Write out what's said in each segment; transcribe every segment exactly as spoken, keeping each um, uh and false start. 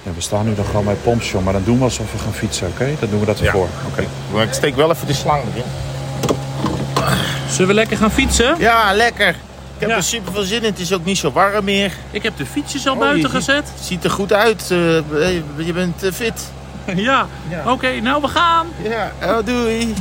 Ja, we staan nu dan gewoon bij Pompstation, maar dan doen we alsof we gaan fietsen, oké? Okay? Dan doen we dat ervoor. Ja. Oké. Okay. Maar ik steek wel even de slang erin. Zullen we lekker gaan fietsen? Ja, lekker. Ik heb Ja. er super veel zin in. Het is ook niet zo warm meer. Ik heb de fietsjes al Oh, buiten je gezet. Ziet, ziet er goed uit. Uh, je bent uh, fit. Ja. Ja. Oké, okay, nou we gaan. Ja, oh, doei.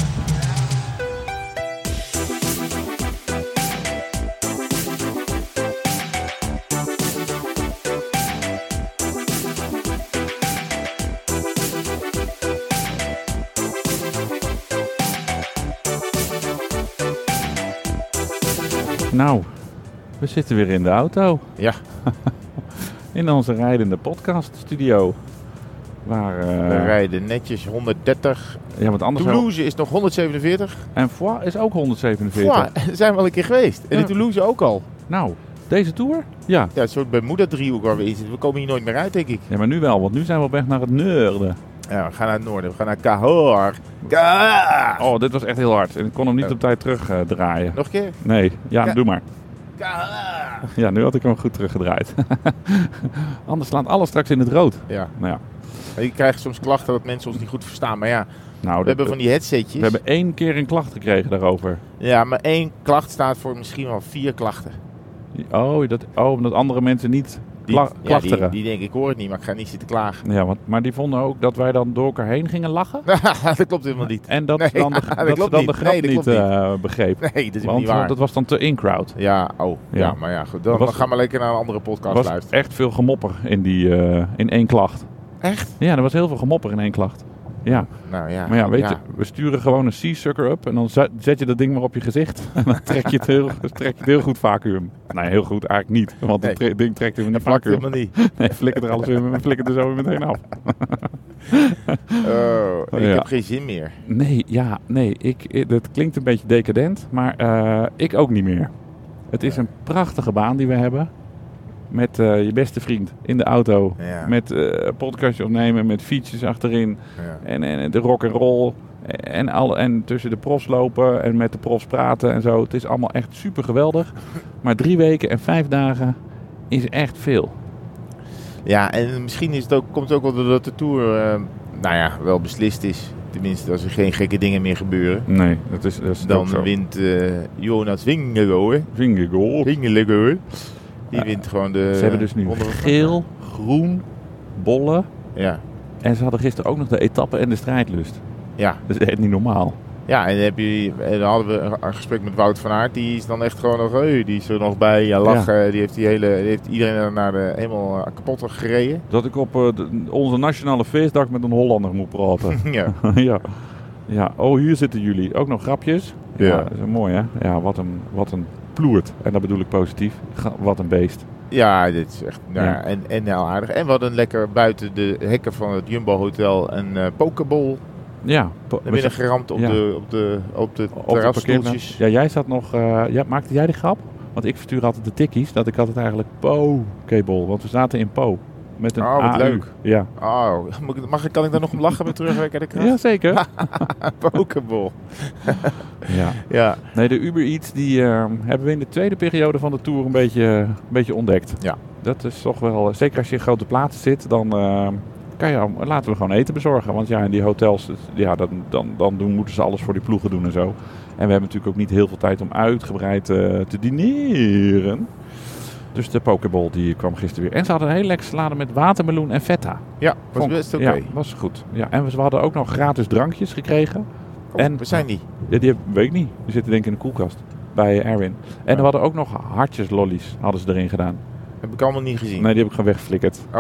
Nou, we zitten weer in de auto. Ja. In onze rijdende podcaststudio. Waar, uh... We rijden netjes honderddertig. Ja, want anders Toulouse wel... is nog honderdzevenenveertig. En Foix is ook honderdzevenenveertig. Foix, daar zijn we al een keer geweest. En ja. de Toulouse ook al. Nou, deze tour? Ja. Ja, een soort Bermuda-driehoek waar we in zitten. We komen hier nooit meer uit, denk ik. Ja, maar nu wel, want nu zijn we op weg naar het noorden. Ja, we gaan naar het noorden. We gaan naar Cahors. Cahors! Oh, dit was echt heel hard. En ik kon hem niet op tijd terug uh, draaien. Nog een keer? Nee, ja, Ka- doe maar. Cahors! Ja, nu had ik hem goed teruggedraaid. Anders slaat alles straks in het rood. Ja. Nou ja. Je krijgt soms klachten dat mensen ons niet goed verstaan. Maar ja, nou, we de, hebben van die headsetjes. We hebben één keer een klacht gekregen daarover. Ja, maar één klacht staat voor misschien wel vier klachten. Oh, dat, oh omdat andere mensen niet Die, kla- ja, klachteren. die, die denken, ik hoor het niet, maar ik ga niet zitten klagen. Ja, want, maar die vonden ook dat wij dan door elkaar heen gingen lachen. Dat klopt helemaal niet. En dat Nee, ze dan de, dat dat ze klopt dan niet. de grap Nee, dat niet klopt uh, begreep. Nee, dat is Want niet waar. uh, dat was dan te in-crowd. Ja, oh. Ja, Ja. maar ja, goed. Dan, Was- dan gaan we lekker naar een andere podcast Er was luisteren. echt veel gemopper in, die, uh, in één klacht. Echt? Ja, er was heel veel gemopper in één klacht. Ja, Nou ja. maar ja, weet ja. je, we sturen gewoon een Sea-Sucker up en dan zet zet je dat ding maar op je gezicht. En dan trek je het heel, trek je het heel goed vacuüm. Nee, heel goed eigenlijk niet, want Nee. het tre- ding trekt helemaal niet Dat pakt vacuüm. helemaal niet. Nee, flikker er alles weer, flikker er zo weer meteen af. Oh, ik Ja. heb geen zin meer. Nee, ja, nee, ik, ik- dat klinkt een beetje decadent, maar uh, ik ook niet meer. Het is een prachtige baan die we hebben. Met uh, je beste vriend in de auto. Ja. Met uh, een podcastje opnemen, met fietsjes achterin. Ja. En, en de rock and roll. En, al, en tussen de profs lopen en met de profs praten en zo. Het is allemaal echt super geweldig. Maar drie weken en vijf dagen is echt veel. Ja, en misschien is het ook, komt het ook wel doordat de Tour, uh, nou ja, wel beslist is. Tenminste, als er geen gekke dingen meer gebeuren. Nee, dat is, dat is Dan ook zo. wint uh, Jonas Vingegaard. Vingegaard. Vingegaard. Die Ja. wint gewoon de... Ze hebben dus nu ronde van geel, groen, bollen. Ja, En ze hadden gisteren ook nog de etappe en de strijdlust. ja. Dat is echt niet normaal. Ja, en dan, heb je, en dan hadden we een gesprek met Wout van Aert. Die is dan echt gewoon nog, hey, die is er nog bij. Ja, lachen. Die heeft, die hele, die heeft iedereen naar de, helemaal uh, kapot gereden. Dat ik op uh, de, onze nationale feestdag met een Hollander moet praten. Ja. ja. Ja, oh hier zitten jullie. Ook nog grapjes. Ja, Ja. dat is mooi hè. Ja, wat een, wat een ploert. En dat bedoel ik positief. Ga, wat een beest. Ja, dit is echt nou, Ja. ja. En, en heel aardig. En we hadden lekker buiten de hekken van het Jumbo Hotel een uh, pokeball Ja. Po- naar binnen geramd op ja. de, op de, op de op de parkeerplaats. terrasstoeltjes. Ja, jij zat nog... Uh, ja, maakte jij die grap? Want ik verstuur altijd de tikkies. Dat ik altijd eigenlijk Pokeball. Want we zaten in Po. Met een Oh, wat A U. leuk. Ja. Oh, mag ik- mag ik, kan ik daar nog om lachen met terugwerkende kracht? Ja, zeker. Pokeball. ja. Ja. Nee, de Uber Eats die uh, hebben we in de tweede periode van de Tour een beetje, een beetje ontdekt. Ja. Dat is toch wel, zeker als je in grote plaatsen zit, dan uh, kan je, laten we gewoon eten bezorgen. Want ja, in die hotels, ja, dan, dan, dan doen, moeten ze alles voor die ploegen doen en zo. En we hebben natuurlijk ook niet heel veel tijd om uitgebreid uh, te dineren. Dus de Pokeball die kwam gisteren weer. En ze hadden een hele lekkere salade met watermeloen en feta. Ja, was Vond- best oké. Ja, was goed. Ja, en we hadden ook nog gratis drankjes gekregen. Oh, en- we zijn die. Ja, die heb, weet ik niet. Die zitten denk ik in de koelkast. Bij Erwin. En we hadden ook nog hartjes lollies. Hadden ze erin gedaan. Heb ik allemaal niet gezien. Nee, die heb ik gewoon weggeflikkerd. Oh.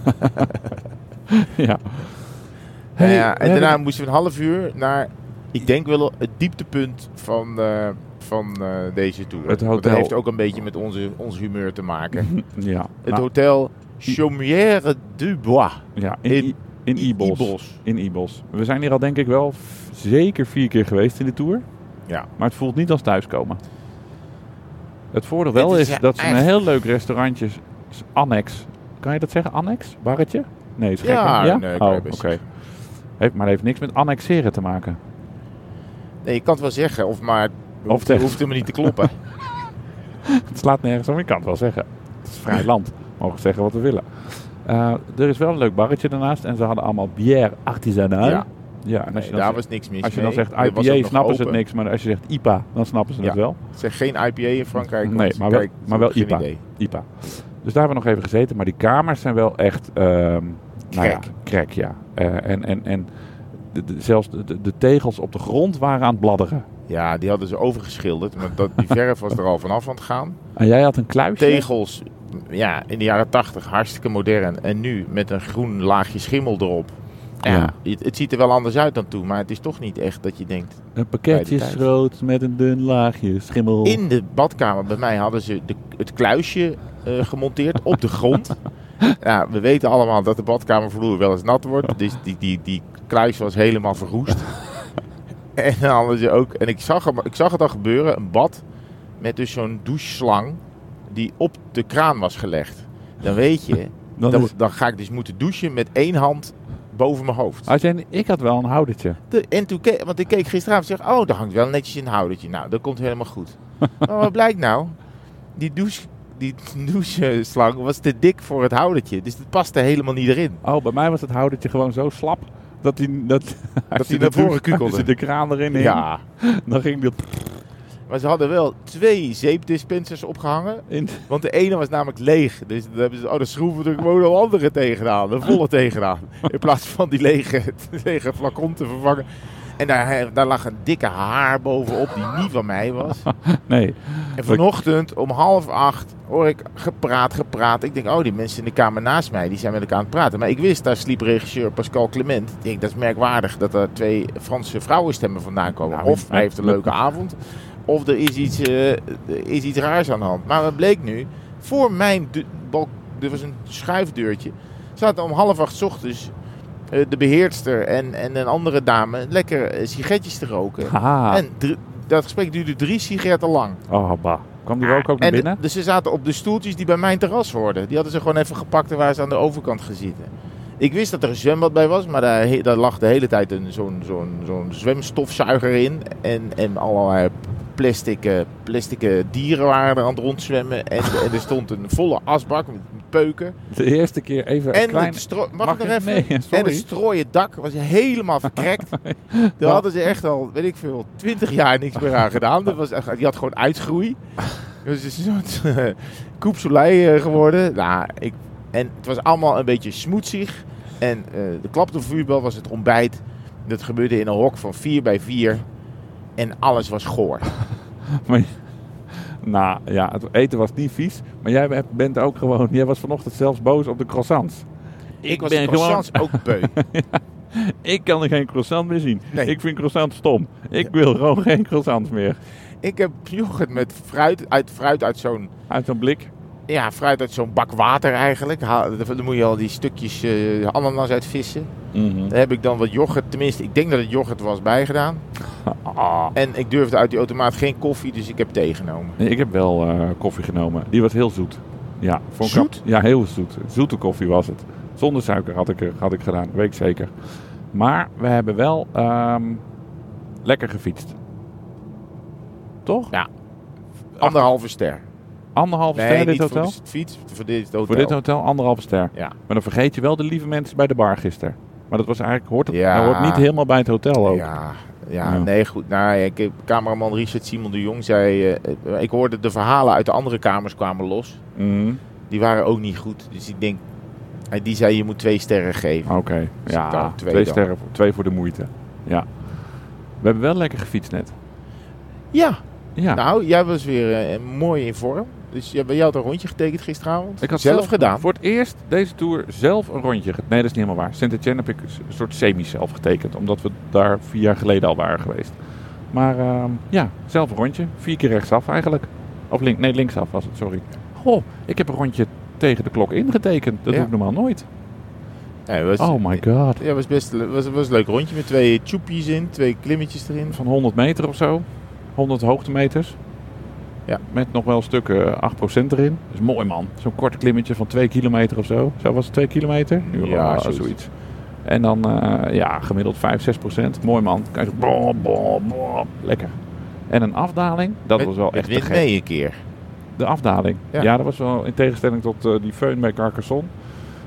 ja. Ja, Hey, ja, en we daarna hebben- moesten we een half uur naar, ik denk wel het dieptepunt van, uh, van uh, deze tour. Het Want hotel. dat heeft ook een beetje met onze, ons humeur te maken. Ja. Het Nou, hotel Chaumière du Bois. ja, in, in- in, in Ibos. Ibos. In Ibos. We zijn hier al denk ik wel f- zeker vier keer geweest in de tour. Ja. Maar het voelt niet als thuiskomen. Het voordeel wel Het is, is, ja, dat ze echt- een heel leuk restaurantje, s- annex. Kan je dat zeggen? Annex? Barretje? Nee, is gek, Ja, hè? ja? nee, kan oh, je oké. best zeggen. Heeft, maar het heeft niks met annexeren te maken. Nee, je kan het wel zeggen, of maar het Of hoeft, tegen- hoeft helemaal niet te kloppen. Het slaat nergens om, ik kan het wel zeggen. Het is vrij land. We mogen zeggen wat we willen. Uh, er is wel een leuk barretje daarnaast. En ze hadden allemaal bière artisanale. Ja. Ja, en als je Nee, dan daar zegt, was niks mis als je mee. dan zegt Er was ook I P A, nog snappen ze het open. niks. Maar als je zegt I P A, dan snappen ze Ja. het wel. Zeg geen I P A in Frankrijk. Nee, want maar wel, kijk, maar wel geen I P A. idee. I P A. Dus daar hebben we nog even gezeten. Maar die kamers zijn wel echt... Um, nou ja, Crack. crack, ja. Uh, en en, en de, de, zelfs de, de, de tegels op de grond waren aan het bladderen. Ja, die hadden ze overgeschilderd. Maar dat, die verf was er al vanaf aan het gaan. En jij had een kluisje? Tegels, ja, in de jaren tachtig hartstikke modern. En nu met een groen laagje schimmel erop. Ja, Ja. Het, het ziet er wel anders uit dan toen. Maar het is toch niet echt dat je denkt... Een pakketje Bij de tijd. schroot met een dun laagje schimmel. In de badkamer bij mij hadden ze de, het kluisje uh, gemonteerd op de grond. Ja, we weten allemaal dat de badkamervloer wel eens nat wordt. Dus die, die, die kluis was helemaal verroest. En dan hadden ze ook... En ik zag, hem, ik zag het al gebeuren. Een bad met dus zo'n doucheslang die op de kraan was gelegd. Dan weet je... Dan dan, is- dan ga ik dus moeten douchen met één hand boven mijn hoofd. Als jij, ik had wel een houdertje. De, en toen keek, want ik keek gisteravond en zeg, oh, daar hangt wel netjes een houdertje. Nou, dat komt helemaal goed. Maar wat blijkt nou? Die douche, die doucheslang was te dik voor het houdertje. Dus dat paste helemaal niet erin. Oh, bij mij was het houdertje gewoon zo slap. Dat hij dat, als hij je naar de voren douche- kukelde. Als je de kraan erin hing, Ja. dan ging dat Maar ze hadden wel twee zeepdispensers opgehangen. in. Want de ene was namelijk leeg. Dus dan hebben ze, oh, dan schroeven we er gewoon een andere tegenaan. Een volle tegenaan. In plaats van die lege, lege flacon te vervangen. En daar, daar lag een dikke haar bovenop die niet van mij was. Nee. En vanochtend om half acht hoor ik gepraat, gepraat. Ik denk, oh, die mensen in de kamer naast mij, die zijn met elkaar aan het praten. Maar ik wist, daar sliep regisseur Pascal Clement. Ik denk, dat is merkwaardig dat er twee Franse vrouwenstemmen vandaan komen. Nou, Of hij heeft een leuke avond, of er is iets, uh, er is iets raars aan de hand. Maar wat bleek nu? Voor mijn de- balk, er was een schuifdeurtje, zaten om half acht 's ochtends uh, de beheerster en, en een andere dame lekker uh, sigaretjes te roken. Haha. En dr- dat gesprek duurde drie sigaretten lang. Oh, bah. Kwam die rook ook naar En binnen? dus ze zaten op de stoeltjes die bij mijn terras hoorden. Die hadden ze gewoon even gepakt en waren ze aan de overkant gaan zitten. Ik wist dat er een zwembad bij was, maar daar, he- daar lag de hele tijd een, zo'n, zo'n, zo'n zwemstofzuiger in. En, en allerlei plastic, eh, plastic eh, dieren waren er aan het rondzwemmen. En, en er stond een volle asbak met peuken. De eerste keer even een En klein... het stro- mag, Mag ik nog ik? even? Nee, En sorry. het strooien dak was helemaal verkrekt. Daar hadden ze echt al, weet ik veel, twintig jaar niks meer aan gedaan. Dat was echt, die had gewoon uitgroei. Dus het is een soort uh, coupe soleil uh, geworden. Nou, ik, en het was allemaal een beetje smoetsig. En uh, de klap op de vuurbel was het ontbijt. Dat gebeurde in een hok van vier bij vier. En alles was goor. Maar, nou ja, het eten was niet vies. Maar jij hebt- bent ook gewoon... Jij was vanochtend zelfs boos op de croissants. Ik was ben de croissants ook beu. Ik kan er geen croissant meer zien. Nee. Ik vind croissants stom. Ik wil gewoon geen croissants meer. Ik heb yoghurt met fruit uit, fruit uit zo'n... Uit zo'n blik. Ja, fruit uit zo'n bak water eigenlijk. Ha- Dan moet je al die stukjes uh, ananas uit vissen. Daar heb ik dan wat yoghurt, tenminste ik denk dat het yoghurt was, bijgedaan. Ah. En ik durfde uit die automaat geen koffie, dus ik heb thee genomen. Nee, ik heb wel eh, koffie genomen. Die was heel zoet. Ja, vond ik Zoet? wel- Ja, heel zoet. Zoete koffie was het. Zonder suiker had ik, er- had ik gedaan, weet ik zeker. Maar we hebben wel ehm, lekker gefietst. Toch? Ja. Anderhalve ster. Anderhalve Nee, ster dit niet hotel? voor de fiets, voor dit hotel. Voor dit hotel anderhalve ster. Ja. Maar dan vergeet je wel de lieve mensen bij de bar gisteren. Maar dat was eigenlijk, hoort, het, Ja. dat hoort niet helemaal bij het hotel ook. Ja, ja, Ja. nee goed. Nou, ja, ik, cameraman Richard Simon de Jong zei... eh, ik hoorde de verhalen uit de andere kamers kwamen los. Mhm. Die waren ook niet goed. Dus ik denk... hij- Die zei je moet twee sterren geven. Oké, Dus ja, ik kan twee twee dan. sterren, voor- twee voor de moeite. Ja. We hebben wel lekker gefietst net. Ja, Ja. nou, jij was weer eh, mooi in vorm. Dus jij, jij had een rondje getekend gisteravond. Ik had zelf, gedaan. Voor het eerst deze tour zelf een rondje. ge- Nee, dat is niet helemaal waar. Saint-Etienne heb ik een soort semi-zelf getekend. Omdat we daar vier jaar geleden al waren geweest. Maar ehm, ja, zelf een rondje. Vier keer rechtsaf eigenlijk. Of link, nee, linksaf was het, sorry. Goh, ik heb een rondje tegen de klok ingetekend. Dat Ja. doe ik normaal nooit. Ja, het was, Oh my god. Ja, was best le- was, was een leuk rondje met twee tjoepjes in, twee klimmetjes erin. Van honderd meter of zo. honderd hoogtemeters. Ja. Met nog wel stukken acht procent erin. Dat is mooi man. Zo'n kort klimmetje van twee kilometer of zo. Zo was het twee kilometer? Ja, zoiets. zoiets. En dan uh, ja, gemiddeld vijf, zes procent. Mooi man. Kijk, bo, bo, bo. Lekker. En een afdaling. Dat met, was wel met echt te wind gek. mee een keer. De afdaling. Ja. Ja. dat was wel in tegenstelling tot uh, die föhn bij Carcassonne.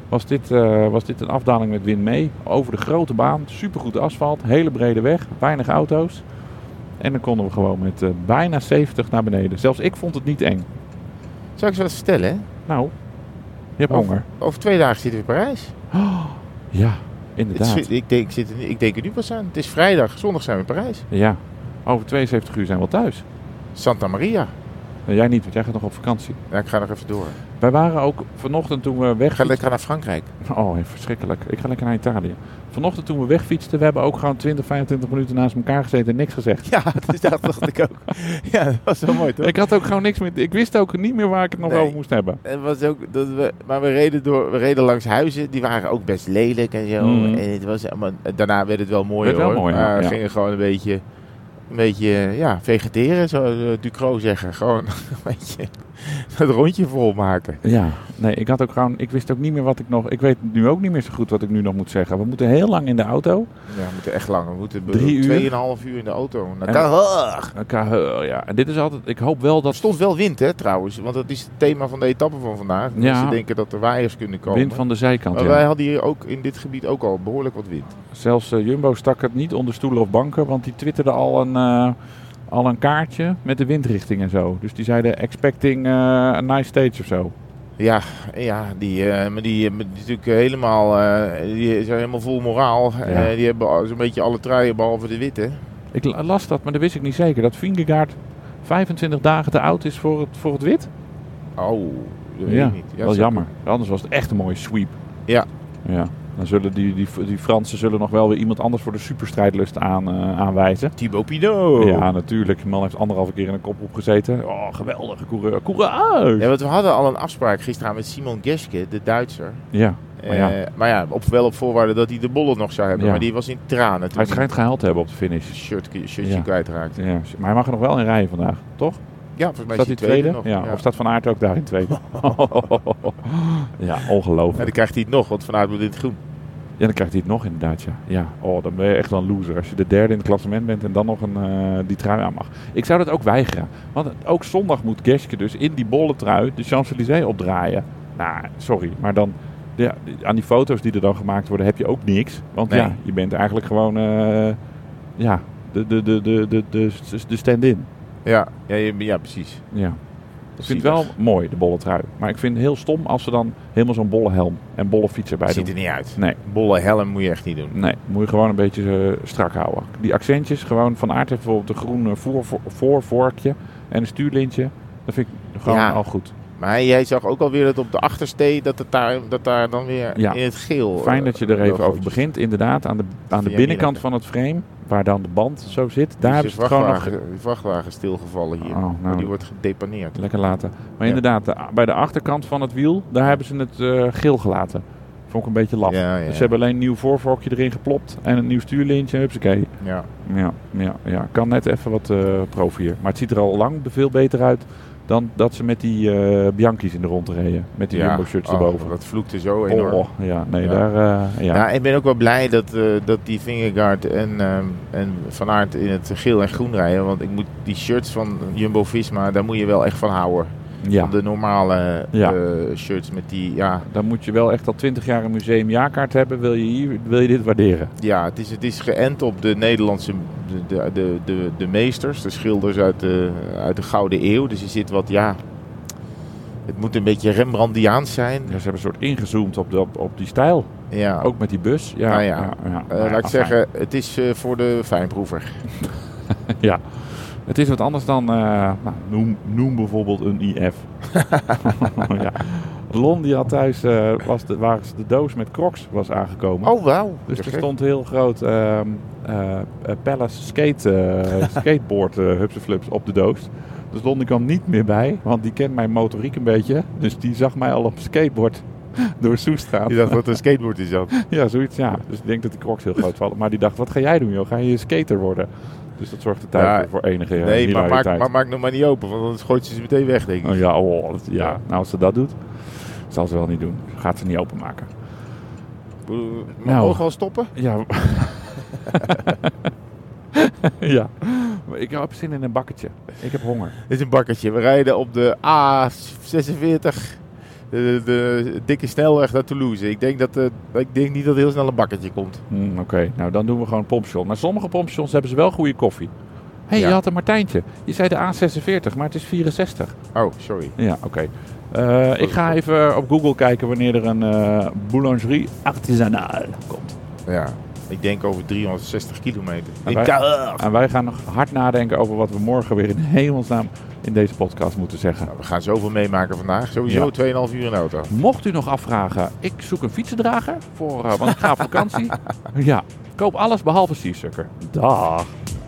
was dit, uh, was dit een afdaling met wind mee. Over de grote baan, supergoed asfalt, hele brede weg, weinig auto's. En dan konden we gewoon met uh, bijna zeventig naar beneden. Zelfs ik vond het niet eng. Zal ik je wat vertellen, hè? Nou, je hebt over, honger. Over twee dagen zitten we in Parijs. Oh, ja, inderdaad. Is, ik, denk, ik, zit er, ik denk er nu pas aan. Het is vrijdag, zondag zijn we in Parijs. Ja, over tweeënzeventig uur zijn we al thuis. Santa Maria. Nou, jij niet, want jij gaat nog op vakantie. Ja, ik ga nog even door. Wij waren ook vanochtend toen we weg... Ik ga lekker naar Frankrijk. Oh, verschrikkelijk. Ik ga lekker naar Italië. Vanochtend toen we wegfietsten, we hebben ook gewoon twintig, vijfentwintig minuten naast elkaar gezeten en niks gezegd. Ja, dat dacht ik ook. Ja, dat was wel mooi, toch? Ik had ook gewoon niks meer... Ik wist ook niet meer waar ik het nog nee. over moest hebben. Het was ook dat we, maar we reden, door, we reden langs huizen, die waren ook best lelijk en zo. Mm. En het was, maar daarna werd het wel mooi, werd hoor. Wel mooi, maar we ja. gingen gewoon een beetje, een beetje ja, vegeteren, zou uh, Ducrot zeggen. Gewoon een beetje het rondje volmaken. Ja, nee, ik had ook gewoon... Ik wist ook niet meer wat ik nog... Ik weet nu ook niet meer zo goed wat ik nu nog moet zeggen. We moeten heel lang in de auto. Ja, we moeten echt lang. We moeten Drie uur. tweeënhalf uur in de auto. Naar En- Cahors. Elkaar, ja. En dit is altijd... Ik hoop wel Er dat... stond wel wind, hè, trouwens. Want dat is het thema van de etappe van vandaag. Ja. Mensen denken dat er waaiers kunnen komen. Wind van de zijkant, maar ja. wij hadden hier ook in dit gebied ook al behoorlijk wat wind. Zelfs uh, Jumbo stak het niet onder stoelen of banken, want die twitterde al een, uh, al een kaartzijn met de windrichting en zo. Dus die zeiden expecting uh, a nice stage of zo. Ja, ja die, uh, maar die, uh, die natuurlijk helemaal, uh, die zijn helemaal vol moraal. Ja. Uh, die hebben zo'n beetje alle truien behalve de witte. Ik la- las dat, maar dat wist ik niet zeker. Dat Vingegaard vijfentwintig dagen te oud is voor het, voor het wit. Oh, dat weet Ja, ik niet. Ja, wel zo- jammer. Anders was het echt een mooie sweep. Ja. Ja. Dan zullen die, die, die Fransen zullen nog wel weer iemand anders voor de superstrijdlust aan, uh, aanwijzen. Thibaut Pinot. Ja, natuurlijk. De man heeft anderhalve keer in een koproep gezeten. Oh, geweldige coureur. Courage! Ja, want we hadden al een afspraak gisteren met Simon Geschke, de Duitser. Ja, maar ja. Uh, maar ja, op, wel op voorwaarde dat hij de bollen nog zou hebben. Ja. Maar die was in tranen toen Hij schijnt gehaald te hebben op de finish. hij shirt, shirtje Ja. kwijtraakte. Ja, maar hij mag er nog wel in rijden vandaag, toch? Ja, volgens mij Staat is hij hij tweede? tweede nog. Ja. Of staat Van Aert ook daar in tweede? Ja, Ja, ongelooflijk. dan krijgt hij het nog, want vanuit moet in het groen. Ja, dan krijgt hij het nog inderdaad, ja. Ja, oh, dan ben je echt wel een loser. Als je de derde in het klassement bent en dan nog een, uh, die trui aan mag. Ik zou dat ook weigeren. Want ook zondag moet Geschke dus in die bolle trui de Champs-Élysées opdraaien. Nou, sorry, maar dan... Ja, aan die foto's die er dan gemaakt worden heb je ook niks. Want Nee. ja, je bent eigenlijk gewoon... Uh, ja, de, de, de, de, de, de, de stand-in. Ja, ja, je- ja precies. Ja. Ik vind het wel mooi, de bolle trui. Maar ik vind het heel stom als ze dan helemaal zo'n bolle helm en bolle fiets erbij Ziet doen. er niet uit. Nee, Bolle helm moet je echt niet doen. nee, moet je gewoon een beetje uh, strak houden. Die accentjes, gewoon Van Aert heeft bijvoorbeeld een groen uh, voor, voor, voorvorkje en een stuurlintje. Dat vind ik gewoon Ja. al goed. Maar jij zag ook alweer dat op de achterstee dat het daar, dat daar dan weer Ja. in het geel... Fijn dat je er uh, even logo's over begint. Inderdaad, aan de, aan de jij binnenkant niet van het frame, waar dan de band zo zit, Die daar is hebben de ze het gewoon nog vrachtwagen, die vrachtwagen stilgevallen hier. Oh, nou. Maar die wordt gedepaneerd. lekker laten. Maar Ja. inderdaad, de- bij de achterkant van het wiel, daar hebben ze het uh, geel gelaten. Vond ik een beetje laf. Ja, ja. Dus ze hebben alleen een nieuw voorvorkje erin geplopt en een nieuw stuurlintje. Hupsakee. Ja. Ja, ja, ja, kan net even wat uh, profier. Maar het ziet er al lang veel beter uit dan dat ze met die uh, Bianchi's in de rond reden. Met die Ja. Jumbo-shirts Oh, erboven. dat vloekte zo enorm. Oh, ja, nee, Ja. daar... Uh, ja. Ja, ik ben ook wel blij dat, uh, dat die Vingegaard en, um, en Van Aert in het geel en groen rijden. Want ik moet die shirts van Jumbo-Visma, daar moet je wel echt van houden. ja. Van de normale Ja. uh, shirts met die, ja, Dan moet je wel echt al twintig jaar een museumjaarkaart hebben. Wil je, hier, wil je dit waarderen? ja het, is, het is geënt op de Nederlandse, de, de, de, de, de meesters, de schilders uit de, uit de Gouden Eeuw. Dus je zit wat, ja, het moet een beetje Rembrandtiaans zijn. Ja, ze hebben een soort ingezoomd op, de, op, op die stijl. Ja. Ook met die bus. Ja, Nou ja, ja, ja. Uh, Nou ja, laat ik afijn. zeggen, het is uh, voor de fijnproever. Ja. Het is wat anders dan, uh, nou, noem, noem bijvoorbeeld een I F. Ja. Lon die had thuis, uh, was de, waar de doos met Crocs was aangekomen. Oh, wauw. Dus er Gek. stond heel groot uh, uh, uh, Palace skate, uh, skateboard uh, hupseflips op de doos. Dus Lon die kwam niet meer bij, want die kent mijn motoriek een beetje. Dus die zag mij al op skateboard door Soest gaan. Je dacht dat een skateboard is dat. Ja, zoiets, ja. Dus ik denk dat die Crocs heel groot vallen. Maar die dacht, wat ga jij doen, joh? Ga je skater worden? Dus dat zorgde thuis Ja, weer voor enige uh, Nee, maar maak, hilariteit. maar maak nog maar niet open, want dan gooit ze ze meteen weg, denk ik. Oh, ja, oh, dat- ja, nou als ze dat doet, zal ze wel niet doen. Gaat ze niet openmaken. Maar Nou. mogen we al stoppen? Ja. Ja. Maar ik heb zin in een bakketje. Ik heb honger. Dit is een bakkertje. We rijden op de A zesenveertig de, de dikke snelweg naar Toulouse. Ik denk, dat, uh, ik denk niet dat er heel snel een bakketje komt. Mm, Oké, okay. Nou dan doen we gewoon pompstation. Maar sommige pompstations hebben ze wel goede koffie. Hé, hey, ja. Je had een Martijntje. Je zei de A zesenveertig, maar het is vierenzestig. Oh, sorry. Ja, oké. Okay. Uh, ik ga even op Google kijken wanneer er een uh, boulangerie artisanale komt. Ja, ik denk over driehonderdzestig kilometer. En wij, en wij gaan nog hard nadenken over wat we morgen weer in hemelsnaam in deze podcast moeten zeggen. Nou, we gaan zoveel meemaken vandaag. Sowieso ja. twee komma vijf uur in de auto. Mocht u nog afvragen, ik zoek een fietsendrager, voor, uh, want ik ga op vakantie. Ja, koop alles behalve Seasucker. Dag.